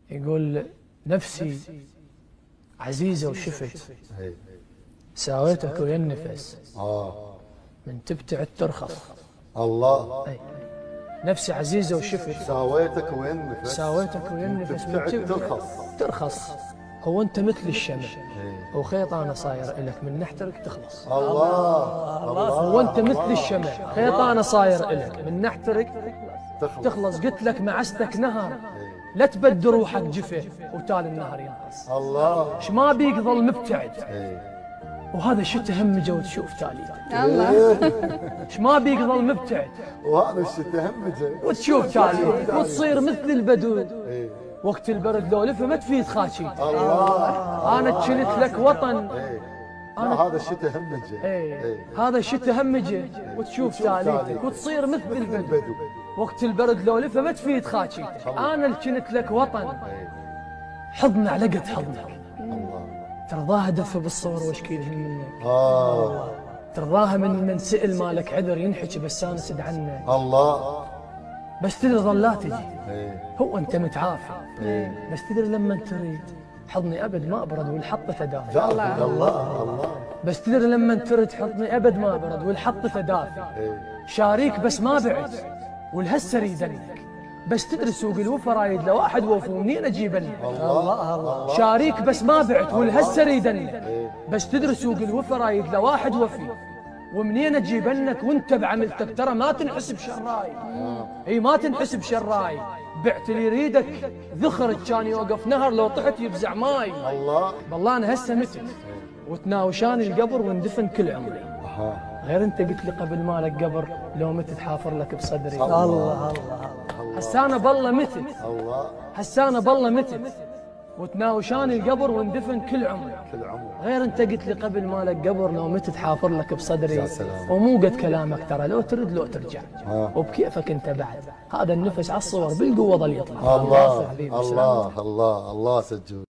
يقول نفسي عزيزة وشفت ساويتك ويا النفس من تبتعد ترخص. الله. نفسي عزيزة وشفت ساويتك ويا النفس. ساويتك ويا النفس من تبتعد ترخص. هو انت مثل الشمع وخيط انا صاير لك من نحترق تخلص. الله. هو انت مثل الشمع خيط انا صاير لك من نحترق تخلص. قلت لك معستك نهر لا تبد روحك جفه وتالي النهر ينقص. الله. ايش ما بيك ظل مبتعد وهذا شو تهمجه وتشوف تاليته. الله. ايش ما بيك ظل مبتعد وهذا الشيء تهمجه وتشوف تاليته وتصير مثل البدو وقت البرد لو لفه ما تفيد خاشيته. الله. انا تشلت لك وطن. هذا الشيء تهمجه. هذا الشيء تهمجه وتشوف تاليتك وتصير مثل البدو وقت البرد لو لفه ما تفيد خاشيتك. انا اللي كنت لك وطن حضن علقة حضنك. ترضاها دفه بالصور واشكيلهن منك. ترضاها من سئل مالك عذر ينحكي بس انا سد عنك. الله. بس تدري ظلات تجي هو انت متعافي. بس تدري لما تريد حضني ابد ما ابرد والحطه تدافي. الله. الله. بس تدري لما تريد حضني ابد ما ابرد والحطه تدافي. شاريك بس ما بعد والهسه يدنك. بس تدري سوق الوفا رايد لو واحد وفو منين اجيب لك. الله. شاريك بس ما بعت والهسه يدنك. بس تدري سوق الوفا رايد لو واحد وفي ومنين اجيب لك وانت بعملتك ترى ما تنحسب شراي. اي ما تنحسب شراي. بعت اللي يريدك ذخرك كان يوقف نهر لو طحت يفزع ماي. الله. والله انا هسه متت وتناوشاني القبر واندفن كل عمري. غير انت قلت لي قبل مالك قبر لو متت حافر لك بصدري. الله. الله. هسه بالله متت. الله. هسه بالله متت وتناوشاني القبر واندفن كل عمري. غير انت قلت لي قبل مالك قبر لو متت حافر لك بصدري. ومو قد كلامك ترى لو ترد لو ترجع وبكيفك انت بعد. هذا النفس على الصور بالقوه ظل يطلع. الله. الله. الله. الله سجود.